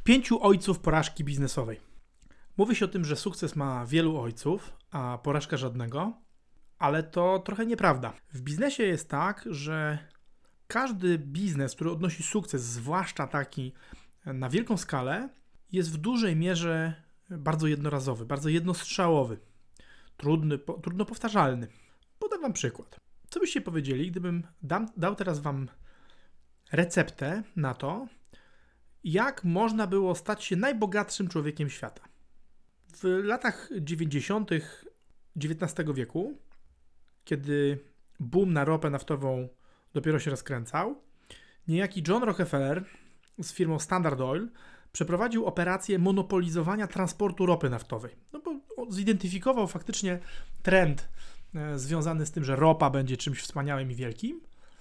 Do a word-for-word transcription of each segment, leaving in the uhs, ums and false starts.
Pięciu ojców porażki biznesowej. Mówi się o tym, że sukces ma wielu ojców, a porażka żadnego, ale to trochę nieprawda. W biznesie jest tak, że każdy biznes, który odnosi sukces, zwłaszcza taki na wielką skalę, jest w dużej mierze bardzo jednorazowy, bardzo jednostrzałowy, trudny, po, trudno powtarzalny. Podam wam przykład. Co byście powiedzieli, gdybym dam, dał teraz wam receptę na to, jak można było stać się najbogatszym człowiekiem świata. W latach dziewięćdziesiątych dziewiętnastego wieku, kiedy boom na ropę naftową dopiero się rozkręcał, niejaki John Rockefeller z firmą Standard Oil przeprowadził operację monopolizowania transportu ropy naftowej. No bo zidentyfikował faktycznie trend e, związany z tym, że ropa będzie czymś wspaniałym i wielkim,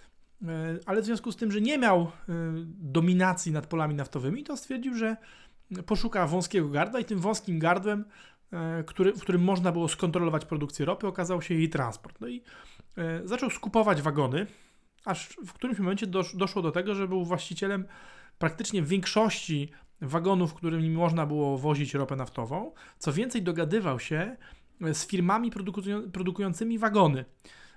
e, ale w związku z tym, że nie miał e, dominacji nad polami naftowymi, to stwierdził, że poszuka wąskiego gardła i tym wąskim gardłem, e, który, w którym można było skontrolować produkcję ropy, okazał się jej transport. No i e, zaczął skupować wagony, aż w którymś momencie dosz, doszło do tego, że był właścicielem praktycznie większości wagonów, którymi można było wozić ropę naftową. Co więcej, dogadywał się z firmami produkują, produkującymi wagony.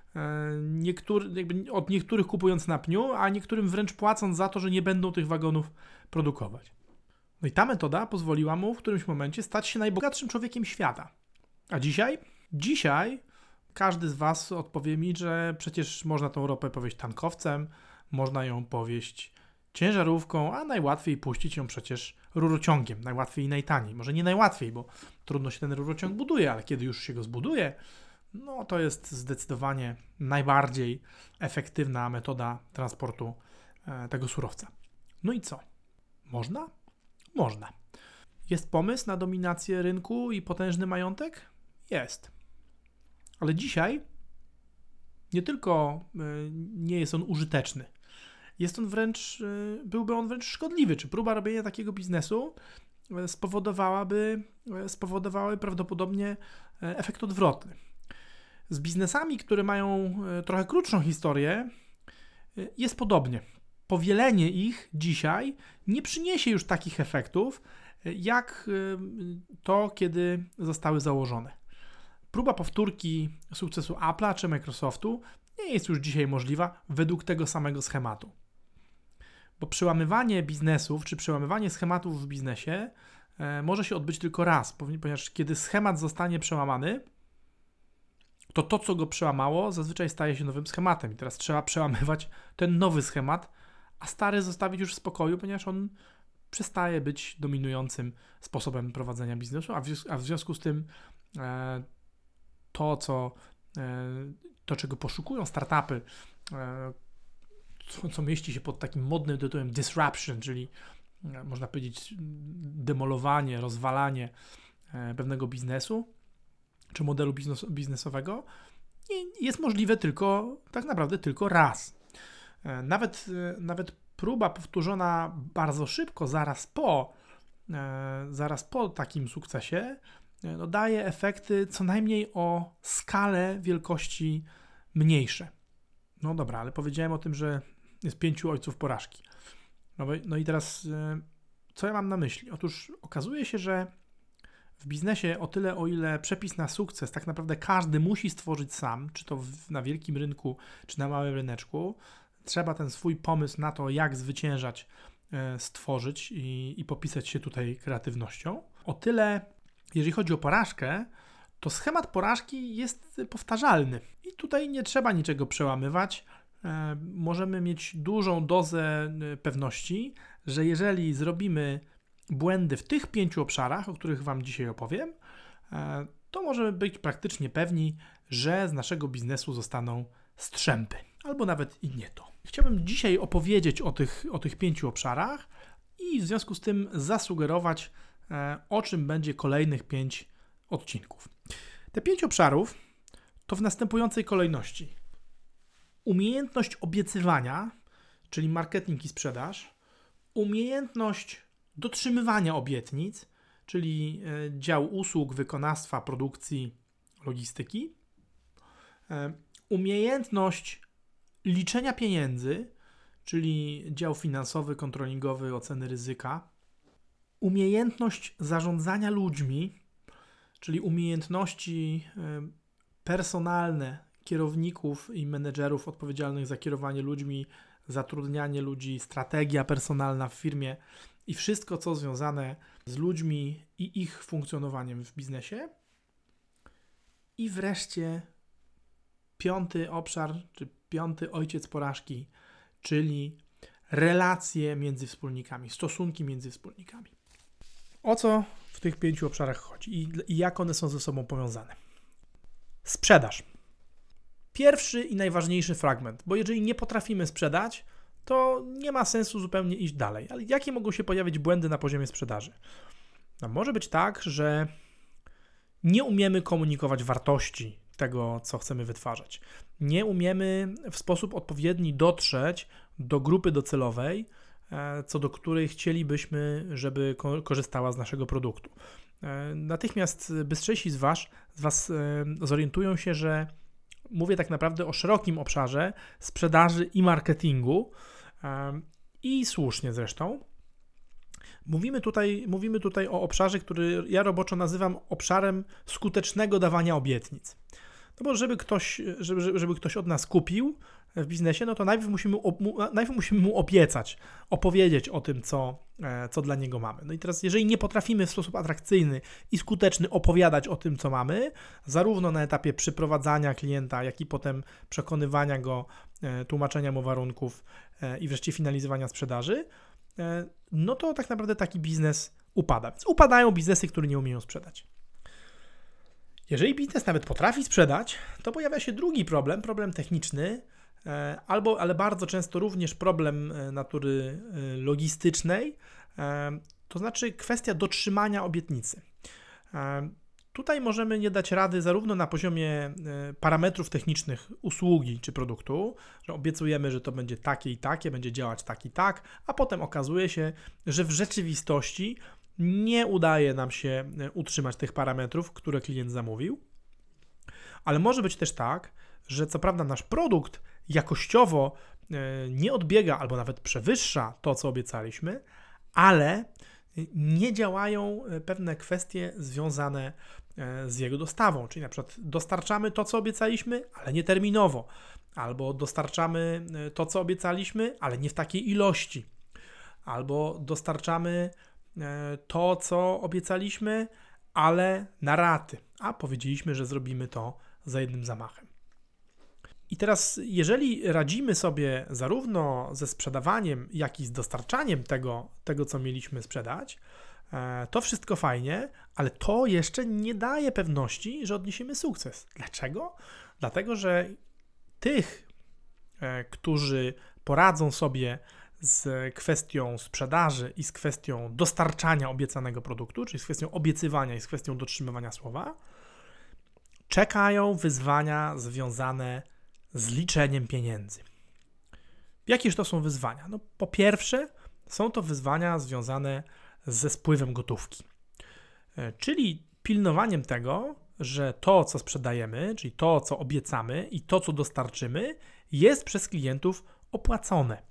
Niektóry, jakby od niektórych kupując na pniu, a niektórym wręcz płacąc za to, że nie będą tych wagonów produkować. No i ta metoda pozwoliła mu w którymś momencie stać się najbogatszym człowiekiem świata. A dzisiaj? Dzisiaj każdy z was odpowie mi, że przecież można tą ropę powieźć tankowcem, można ją powieźć ciężarówką, a najłatwiej puścić ją przecież rurociągiem. Najłatwiej i najtaniej. Może nie najłatwiej, bo trudno się ten rurociąg buduje, ale kiedy już się go zbuduje, no to jest zdecydowanie najbardziej efektywna metoda transportu e, tego surowca. No i co? Można? Można. Jest pomysł na dominację rynku i potężny majątek? Jest. Ale dzisiaj nie tylko e, nie jest on użyteczny, jest on wręcz, byłby on wręcz szkodliwy. Czy próba robienia takiego biznesu spowodowałaby, spowodowałaby prawdopodobnie efekt odwrotny. Z biznesami, które mają trochę krótszą historię, jest podobnie. Powielenie ich dzisiaj nie przyniesie już takich efektów, jak to, kiedy zostały założone. Próba powtórki sukcesu Apple'a czy Microsoftu nie jest już dzisiaj możliwa według tego samego schematu. Bo przełamywanie biznesów, czy przełamywanie schematów w biznesie e, może się odbyć tylko raz, ponieważ kiedy schemat zostanie przełamany, to to, co go przełamało, zazwyczaj staje się nowym schematem. I teraz trzeba przełamywać ten nowy schemat, a stary zostawić już w spokoju, ponieważ on przestaje być dominującym sposobem prowadzenia biznesu, a w, a w związku z tym e, to, co, e, to, czego poszukują startupy, e, Co, co mieści się pod takim modnym tytułem disruption, czyli można powiedzieć demolowanie, rozwalanie pewnego biznesu czy modelu biznes, biznesowego, jest możliwe tylko, tak naprawdę tylko raz. Nawet, nawet próba powtórzona bardzo szybko, zaraz po, zaraz po takim sukcesie, no daje efekty co najmniej o skalę wielkości mniejsze. No dobra, ale powiedziałem o tym, że jest pięciu ojców porażki. No, no i teraz co ja mam na myśli? Otóż okazuje się, że w biznesie o tyle, o ile przepis na sukces tak naprawdę każdy musi stworzyć sam, czy to w, na wielkim rynku, czy na małym ryneczku, trzeba ten swój pomysł na to, jak zwyciężać, e, stworzyć i, i popisać się tutaj kreatywnością. O tyle, jeżeli chodzi o porażkę, to schemat porażki jest powtarzalny i tutaj nie trzeba niczego przełamywać. E, możemy mieć dużą dozę pewności, że jeżeli zrobimy błędy w tych pięciu obszarach, o których Wam dzisiaj opowiem, e, to możemy być praktycznie pewni, że z naszego biznesu zostaną strzępy, albo nawet i nie to. Chciałbym dzisiaj opowiedzieć o tych, o tych pięciu obszarach i w związku z tym zasugerować, e, o czym będzie kolejnych pięć odcinków. Te pięć obszarów to w następującej kolejności. Umiejętność obiecywania, czyli marketing i sprzedaż, umiejętność dotrzymywania obietnic, czyli dział usług, wykonawstwa, produkcji, logistyki, umiejętność liczenia pieniędzy, czyli dział finansowy, kontrolingowy, oceny ryzyka, Umiejętność zarządzania ludźmi, czyli umiejętności personalne kierowników i menedżerów odpowiedzialnych za kierowanie ludźmi, zatrudnianie ludzi, strategia personalna w firmie i wszystko, co związane z ludźmi i ich funkcjonowaniem w biznesie. I wreszcie piąty obszar, czy piąty ojciec porażki, czyli relacje między wspólnikami, stosunki między wspólnikami. O co w tych pięciu obszarach chodzi i, i jak one są ze sobą powiązane? Sprzedaż. Pierwszy i najważniejszy fragment, bo jeżeli nie potrafimy sprzedać, to nie ma sensu zupełnie iść dalej. Ale jakie mogą się pojawić błędy na poziomie sprzedaży? No, może być tak, że nie umiemy komunikować wartości tego, co chcemy wytwarzać. Nie umiemy w sposób odpowiedni dotrzeć do grupy docelowej, co do której chcielibyśmy, żeby korzystała z naszego produktu. Natychmiast bystrzejsi z Was, z was zorientują się, że mówię tak naprawdę o szerokim obszarze sprzedaży i marketingu i słusznie zresztą. Mówimy tutaj, mówimy tutaj o obszarze, który ja roboczo nazywam obszarem skutecznego dawania obietnic. No bo żeby ktoś, żeby, żeby ktoś od nas kupił w biznesie, no to najpierw musimy, najpierw musimy mu obiecać, opowiedzieć o tym, co, co dla niego mamy. No i teraz, jeżeli nie potrafimy w sposób atrakcyjny i skuteczny opowiadać o tym, co mamy, zarówno na etapie przyprowadzania klienta, jak i potem przekonywania go, tłumaczenia mu warunków i wreszcie finalizowania sprzedaży, no to tak naprawdę taki biznes upada. Więc upadają biznesy, które nie umieją sprzedać. Jeżeli biznes nawet potrafi sprzedać, to pojawia się drugi problem, problem techniczny, albo, ale bardzo często również problem natury logistycznej, to znaczy kwestia dotrzymania obietnicy. Tutaj możemy nie dać rady zarówno na poziomie parametrów technicznych usługi czy produktu, że obiecujemy, że to będzie takie i takie, będzie działać tak i tak, a potem okazuje się, że w rzeczywistości nie udaje nam się utrzymać tych parametrów, które klient zamówił. Ale może być też tak, że co prawda nasz produkt jakościowo nie odbiega albo nawet przewyższa to, co obiecaliśmy, ale nie działają pewne kwestie związane z jego dostawą, czyli na przykład dostarczamy to, co obiecaliśmy, ale nie terminowo, albo dostarczamy to, co obiecaliśmy, ale nie w takiej ilości, albo dostarczamy to, co obiecaliśmy, ale na raty, a powiedzieliśmy, że zrobimy to za jednym zamachem. I teraz, jeżeli radzimy sobie zarówno ze sprzedawaniem, jak i z dostarczaniem tego, tego co mieliśmy sprzedać, to wszystko fajnie, ale to jeszcze nie daje pewności, że odniesiemy sukces. Dlaczego? Dlatego, że tych, którzy poradzą sobie z kwestią sprzedaży i z kwestią dostarczania obiecanego produktu, czyli z kwestią obiecywania i z kwestią dotrzymywania słowa, czekają wyzwania związane z liczeniem pieniędzy. Jakież to są wyzwania? No, po pierwsze, są to wyzwania związane ze spływem gotówki, czyli pilnowaniem tego, że to, co sprzedajemy, czyli to, co obiecamy i to, co dostarczymy, jest przez klientów opłacone.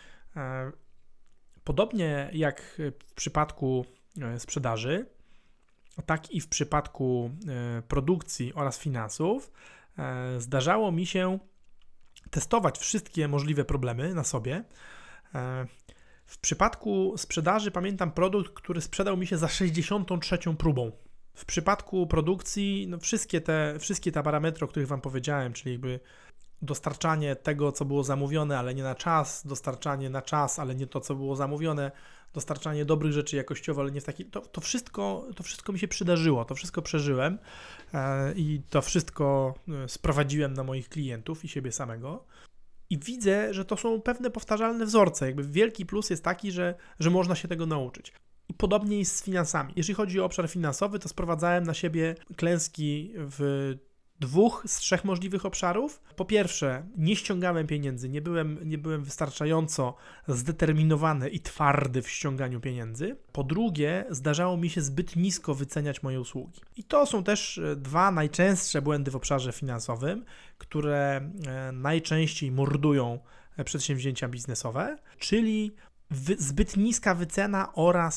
Podobnie jak w przypadku sprzedaży, tak i w przypadku produkcji oraz finansów zdarzało mi się testować wszystkie możliwe problemy na sobie. W przypadku sprzedaży pamiętam produkt, który sprzedał mi się za sześćdziesiątą trzecią próbą. W przypadku produkcji no wszystkie, te, wszystkie te parametry, o których Wam powiedziałem, czyli jakby dostarczanie tego, co było zamówione, ale nie na czas, dostarczanie na czas, ale nie to, co było zamówione, dostarczanie dobrych rzeczy jakościowo, ale nie w taki... To, to, wszystko, to wszystko mi się przydarzyło, to wszystko przeżyłem e, i to wszystko sprowadziłem na moich klientów i siebie samego. I widzę, że to są pewne powtarzalne wzorce. Jakby wielki plus jest taki, że, że można się tego nauczyć. I podobnie jest z finansami. Jeżeli chodzi o obszar finansowy, to sprowadzałem na siebie klęski w dwóch z trzech możliwych obszarów. Po pierwsze, nie ściągałem pieniędzy, nie byłem, nie byłem wystarczająco zdeterminowany i twardy w ściąganiu pieniędzy. Po drugie, zdarzało mi się zbyt nisko wyceniać moje usługi. I to są też dwa najczęstsze błędy w obszarze finansowym, które najczęściej mordują przedsięwzięcia biznesowe, czyli zbyt niska wycena oraz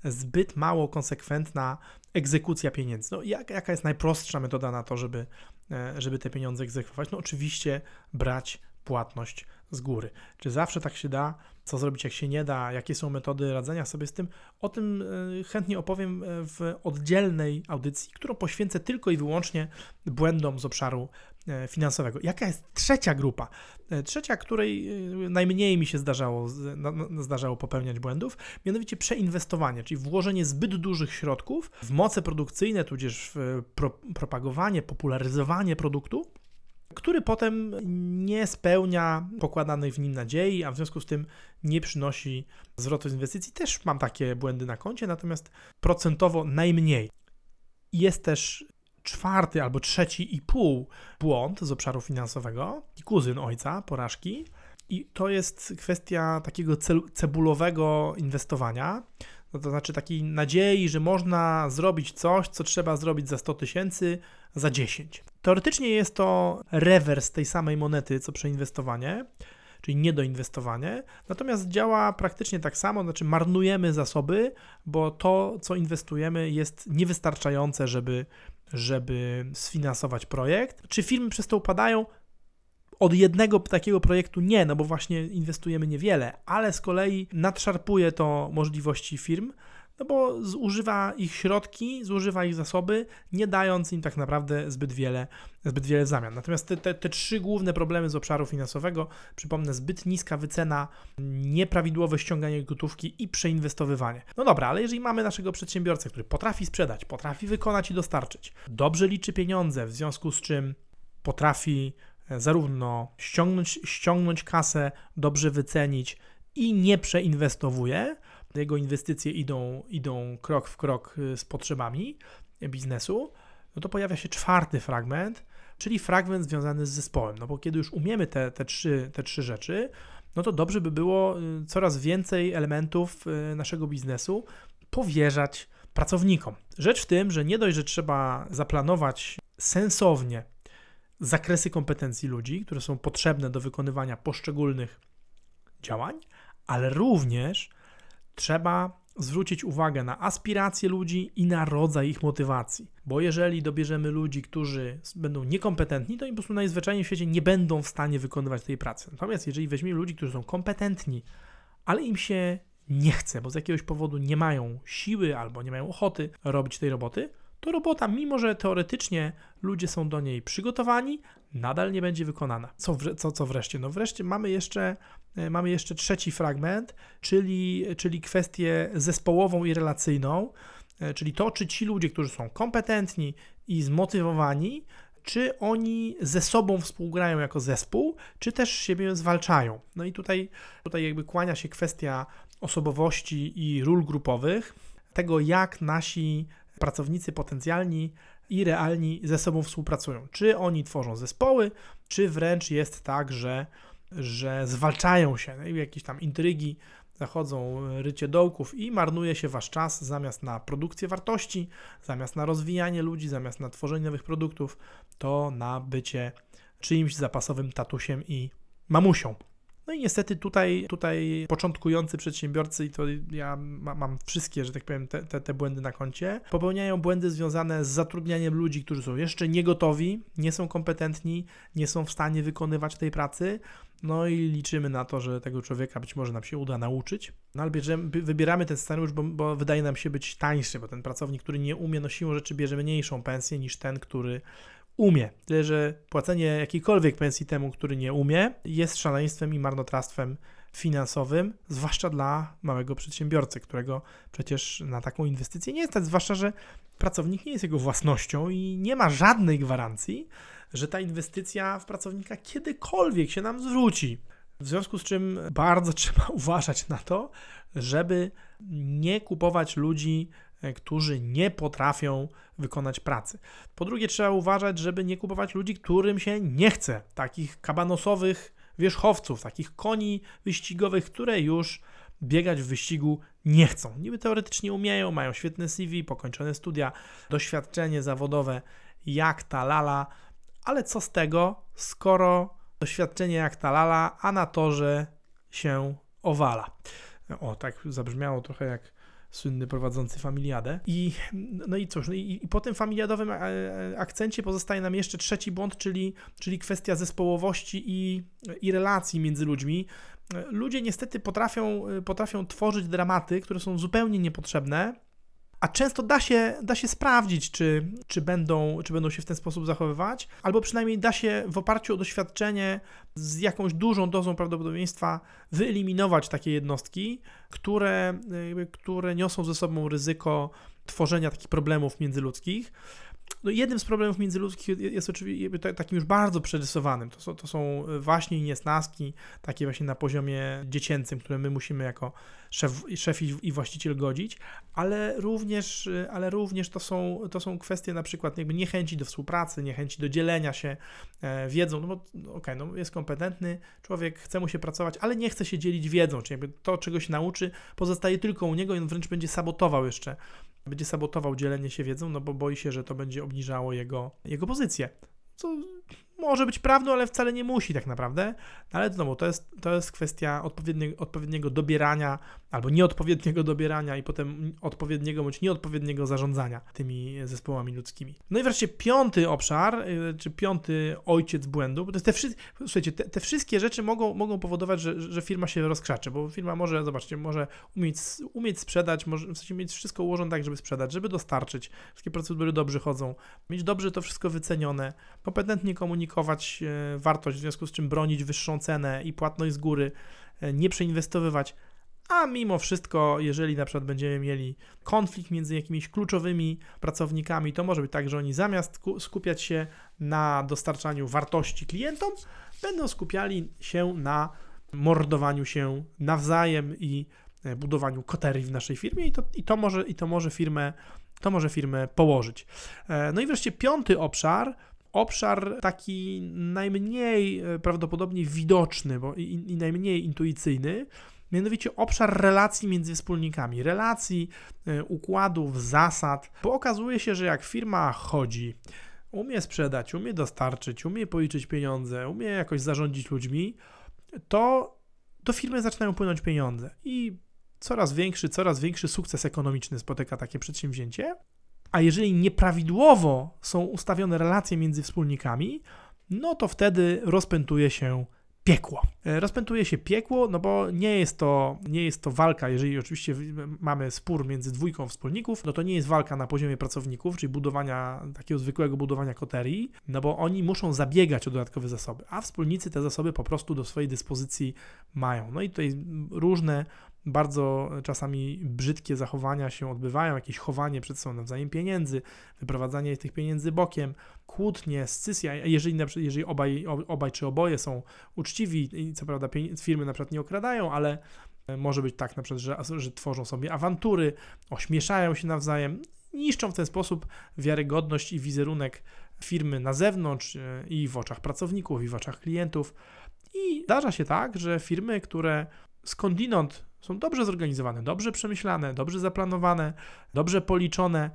zbyt mało konsekwentna egzekucja pieniędzy. No, jak, jaka jest najprostsza metoda na to, żeby, żeby te pieniądze egzekwować? No oczywiście brać płatność z góry. Czy zawsze tak się da? Co zrobić, jak się nie da? Jakie są metody radzenia sobie z tym? O tym chętnie opowiem w oddzielnej audycji, którą poświęcę tylko i wyłącznie błędom z obszaru finansowego. Jaka jest trzecia grupa? Trzecia, której najmniej mi się zdarzało, zdarzało popełniać błędów, mianowicie przeinwestowanie, czyli włożenie zbyt dużych środków w moce produkcyjne, tudzież w pro, propagowanie, popularyzowanie produktu, który potem nie spełnia pokładanych w nim nadziei, a w związku z tym nie przynosi zwrotu z inwestycji. Też mam takie błędy na koncie, natomiast procentowo najmniej. Jest też czwarty albo trzeci i pół błąd z obszaru finansowego, kuzyn ojca, porażki, i to jest kwestia takiego cebulowego inwestowania, no to znaczy takiej nadziei, że można zrobić coś, co trzeba zrobić za sto tysięcy, za dziesięć. Teoretycznie jest to rewers tej samej monety, co przeinwestowanie, czyli niedoinwestowanie, natomiast działa praktycznie tak samo, znaczy marnujemy zasoby, bo to, co inwestujemy, jest niewystarczające, żeby, żeby sfinansować projekt. Czy firmy przez to upadają? Od jednego takiego projektu nie, no bo właśnie inwestujemy niewiele, ale z kolei nadszarpuje to możliwości firm, no bo zużywa ich środki, zużywa ich zasoby, nie dając im tak naprawdę zbyt wiele, zbyt wiele w zamian. Natomiast te, te, te trzy główne problemy z obszaru finansowego, przypomnę, zbyt niska wycena, nieprawidłowe ściąganie gotówki i przeinwestowywanie. No dobra, ale jeżeli mamy naszego przedsiębiorcę, który potrafi sprzedać, potrafi wykonać i dostarczyć, dobrze liczy pieniądze, w związku z czym potrafi zarówno ściągnąć, ściągnąć kasę, dobrze wycenić i nie przeinwestowuje, jego inwestycje idą, idą krok w krok z potrzebami biznesu, no to pojawia się czwarty fragment, czyli fragment związany z zespołem. No bo kiedy już umiemy te, te, trzy, te trzy rzeczy, no to dobrze by było coraz więcej elementów naszego biznesu powierzać pracownikom. Rzecz w tym, że nie dość, że trzeba zaplanować sensownie zakresy kompetencji ludzi, które są potrzebne do wykonywania poszczególnych działań, ale również trzeba zwrócić uwagę na aspiracje ludzi i na rodzaj ich motywacji. Bo jeżeli dobierzemy ludzi, którzy będą niekompetentni, to oni po prostu najzwyczajniej w świecie nie będą w stanie wykonywać tej pracy. Natomiast jeżeli weźmiemy ludzi, którzy są kompetentni, ale im się nie chce, bo z jakiegoś powodu nie mają siły albo nie mają ochoty robić tej roboty, to robota, mimo że teoretycznie ludzie są do niej przygotowani, nadal nie będzie wykonana. Co, wre, co, co wreszcie? No wreszcie mamy jeszcze, mamy jeszcze trzeci fragment, czyli, czyli kwestię zespołową i relacyjną, czyli to, czy ci ludzie, którzy są kompetentni i zmotywowani, czy oni ze sobą współgrają jako zespół, czy też siebie zwalczają. No i tutaj, tutaj jakby kłania się kwestia osobowości i ról grupowych, tego jak nasi pracownicy potencjalni i realni ze sobą współpracują. Czy oni tworzą zespoły, czy wręcz jest tak, że, że zwalczają się. No i jakieś tam intrygi, zachodzą rycie dołków i marnuje się wasz czas zamiast na produkcję wartości, zamiast na rozwijanie ludzi, zamiast na tworzenie nowych produktów, to na bycie czyimś zapasowym tatusiem i mamusią. No i niestety tutaj, tutaj początkujący przedsiębiorcy, i to ja mam wszystkie, że tak powiem, te, te, te błędy na koncie, popełniają błędy związane z zatrudnianiem ludzi, którzy są jeszcze niegotowi, nie są kompetentni, nie są w stanie wykonywać tej pracy, no i liczymy na to, że tego człowieka być może nam się uda nauczyć. No ale bierzemy, wybieramy ten scenariusz, bo, bo wydaje nam się być tańszy, bo ten pracownik, który nie umie, no siłą rzeczy bierze mniejszą pensję niż ten, który umie. Tyle, że płacenie jakiejkolwiek pensji temu, który nie umie, jest szaleństwem i marnotrawstwem finansowym, zwłaszcza dla małego przedsiębiorcy, którego przecież na taką inwestycję nie jest stać, zwłaszcza, że pracownik nie jest jego własnością i nie ma żadnej gwarancji, że ta inwestycja w pracownika kiedykolwiek się nam zwróci. W związku z czym bardzo trzeba uważać na to, żeby nie kupować ludzi, którzy nie potrafią wykonać pracy. Po drugie, trzeba uważać, żeby nie kupować ludzi, którym się nie chce. Takich kabanosowych wierzchowców, takich koni wyścigowych, które już biegać w wyścigu nie chcą. Niby teoretycznie umieją, mają świetne C V, pokończone studia, doświadczenie zawodowe jak ta lala, ale co z tego, skoro doświadczenie jak ta lala, a na torze się owala. O, tak zabrzmiało trochę jak słynny prowadzący familiadę. I, no i cóż, no i, i po tym familiadowym akcencie pozostaje nam jeszcze trzeci błąd, czyli, czyli kwestia zespołowości i, i relacji między ludźmi. Ludzie niestety potrafią, potrafią tworzyć dramaty, które są zupełnie niepotrzebne, a często da się, da się sprawdzić, czy, czy, będą, czy będą się w ten sposób zachowywać, albo przynajmniej da się w oparciu o doświadczenie z jakąś dużą dozą prawdopodobieństwa wyeliminować takie jednostki, które, które niosą ze sobą ryzyko tworzenia takich problemów międzyludzkich. No jednym z problemów międzyludzkich jest oczywiście takim już bardzo przerysowanym. To są, to są właśnie niesnaski, takie właśnie na poziomie dziecięcym, które my musimy jako szef, szef i właściciel godzić, ale również, ale również to są, to są kwestie na przykład jakby niechęci do współpracy, niechęci do dzielenia się e, wiedzą, no bo okej, okay, no jest kompetentny człowiek, chce mu się pracować, ale nie chce się dzielić wiedzą, czyli jakby to, czego się nauczy, pozostaje tylko u niego i on wręcz będzie sabotował jeszcze będzie sabotował dzielenie się wiedzą, no bo boi się, że to będzie obniżało jego, jego pozycję. Co może być prawdą, ale wcale nie musi tak naprawdę. Ale znowu, to jest, to jest kwestia odpowiedniego, odpowiedniego dobierania albo nieodpowiedniego dobierania i potem odpowiedniego bądź nieodpowiedniego zarządzania tymi zespołami ludzkimi. No i wreszcie piąty obszar, czy piąty ojciec błędu, bo to jest te, wszy- słuchajcie, te, te wszystkie rzeczy mogą, mogą powodować, że, że firma się rozkrzaczy, bo firma może, zobaczcie, może umieć, umieć sprzedać, może w sensie mieć wszystko ułożone tak, żeby sprzedać, żeby dostarczyć, wszystkie procedury dobrze chodzą, mieć dobrze to wszystko wycenione, kompetentnie komunikować wartość, w związku z czym bronić wyższą cenę i płatność z góry, nie przeinwestowywać, a mimo wszystko, jeżeli na przykład będziemy mieli konflikt między jakimiś kluczowymi pracownikami, to może być tak, że oni zamiast skupiać się na dostarczaniu wartości klientom, będą skupiali się na mordowaniu się nawzajem i budowaniu koterii w naszej firmie i to, i to, może, i to, może, firmę, to może firmę położyć. No i wreszcie piąty obszar, Obszar taki najmniej prawdopodobnie widoczny bo i, i najmniej intuicyjny, mianowicie obszar relacji między wspólnikami, relacji, układów, zasad, bo okazuje się, że jak firma chodzi, umie sprzedać, umie dostarczyć, umie policzyć pieniądze, umie jakoś zarządzić ludźmi, to do firmy zaczynają płynąć pieniądze i coraz większy, coraz większy sukces ekonomiczny spotyka takie przedsięwzięcie. A jeżeli nieprawidłowo są ustawione relacje między wspólnikami, no to wtedy rozpętuje się piekło. Rozpętuje się piekło, no bo nie jest to, nie jest to walka, jeżeli oczywiście mamy spór między dwójką wspólników, no to nie jest walka na poziomie pracowników, czyli budowania, takiego zwykłego budowania koterii, no bo oni muszą zabiegać o dodatkowe zasoby, a wspólnicy te zasoby po prostu do swojej dyspozycji mają. No i tutaj różne bardzo czasami brzydkie zachowania się odbywają, jakieś chowanie przed sobą nawzajem pieniędzy, wyprowadzanie tych pieniędzy bokiem, kłótnie, scysja, jeżeli, na przykład, jeżeli obaj, obaj czy oboje są uczciwi i co prawda firmy na przykład nie okradają, ale może być tak na przykład, że, że tworzą sobie awantury, ośmieszają się nawzajem, niszczą w ten sposób wiarygodność i wizerunek firmy na zewnątrz i w oczach pracowników, i w oczach klientów. I zdarza się tak, że firmy, które skądinąd są dobrze zorganizowane, dobrze przemyślane, dobrze zaplanowane, dobrze policzone,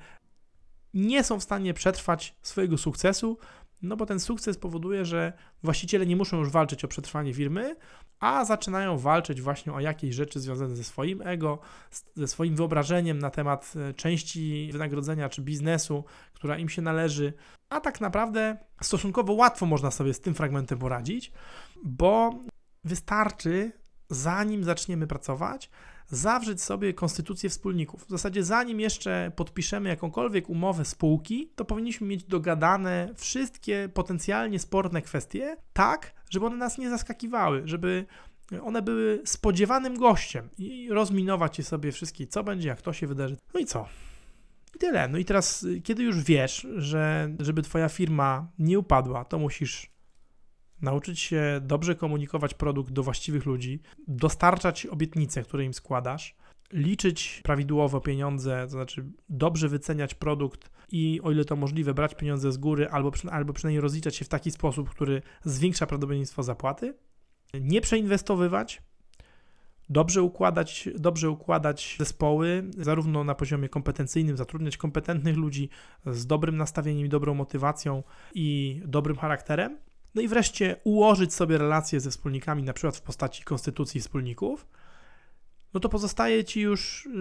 nie są w stanie przetrwać swojego sukcesu, no bo ten sukces powoduje, że właściciele nie muszą już walczyć o przetrwanie firmy, a zaczynają walczyć właśnie o jakieś rzeczy związane ze swoim ego, ze swoim wyobrażeniem na temat części wynagrodzenia czy biznesu, która im się należy, a tak naprawdę stosunkowo łatwo można sobie z tym fragmentem poradzić, bo wystarczy, zanim zaczniemy pracować, zawrzeć sobie konstytucję wspólników. W zasadzie zanim jeszcze podpiszemy jakąkolwiek umowę spółki, to powinniśmy mieć dogadane wszystkie potencjalnie sporne kwestie tak, żeby one nas nie zaskakiwały, żeby one były spodziewanym gościem i rozminować je sobie wszystkie, co będzie, jak to się wydarzy. No i co? I tyle. No i teraz, kiedy już wiesz, że żeby twoja firma nie upadła, to musisz nauczyć się dobrze komunikować produkt do właściwych ludzi, dostarczać obietnice, które im składasz, liczyć prawidłowo pieniądze, to znaczy dobrze wyceniać produkt i o ile to możliwe brać pieniądze z góry albo, przy, albo przynajmniej rozliczać się w taki sposób, który zwiększa prawdopodobieństwo zapłaty, nie przeinwestowywać, dobrze układać, dobrze układać zespoły, zarówno na poziomie kompetencyjnym, zatrudniać kompetentnych ludzi z dobrym nastawieniem i dobrą motywacją i dobrym charakterem. No i wreszcie ułożyć sobie relacje ze wspólnikami, na przykład w postaci konstytucji wspólników, no to pozostaje Ci już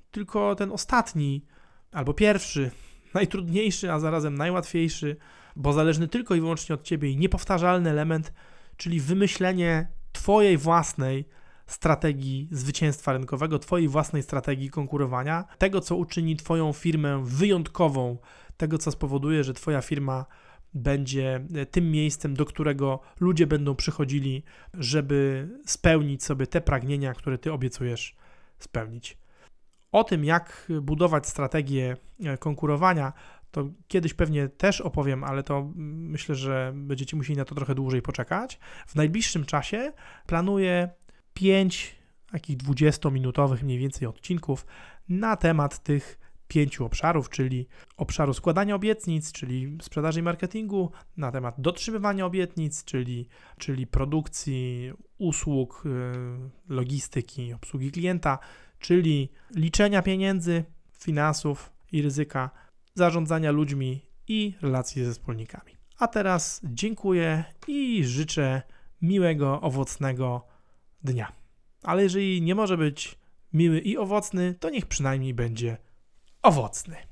tylko ten ostatni, albo pierwszy, najtrudniejszy, a zarazem najłatwiejszy, bo zależny tylko i wyłącznie od ciebie i niepowtarzalny element, czyli wymyślenie twojej własnej strategii zwycięstwa rynkowego, twojej własnej strategii konkurowania, tego, co uczyni twoją firmę wyjątkową, tego, co spowoduje, że twoja firma będzie tym miejscem, do którego ludzie będą przychodzili, żeby spełnić sobie te pragnienia, które ty obiecujesz spełnić. O tym, jak budować strategię konkurowania, to kiedyś pewnie też opowiem, ale to myślę, że będziecie musieli na to trochę dłużej poczekać. W najbliższym czasie planuję pięć takich dwudziestominutowych mniej więcej odcinków na temat tych pięciu obszarów, czyli obszaru składania obietnic, czyli sprzedaży i marketingu, na temat dotrzymywania obietnic, czyli, czyli produkcji, usług, logistyki, obsługi klienta, czyli liczenia pieniędzy, finansów i ryzyka, zarządzania ludźmi i relacji ze wspólnikami. A teraz dziękuję i życzę miłego, owocnego dnia. Ale jeżeli nie może być miły i owocny, to niech przynajmniej będzie owocny.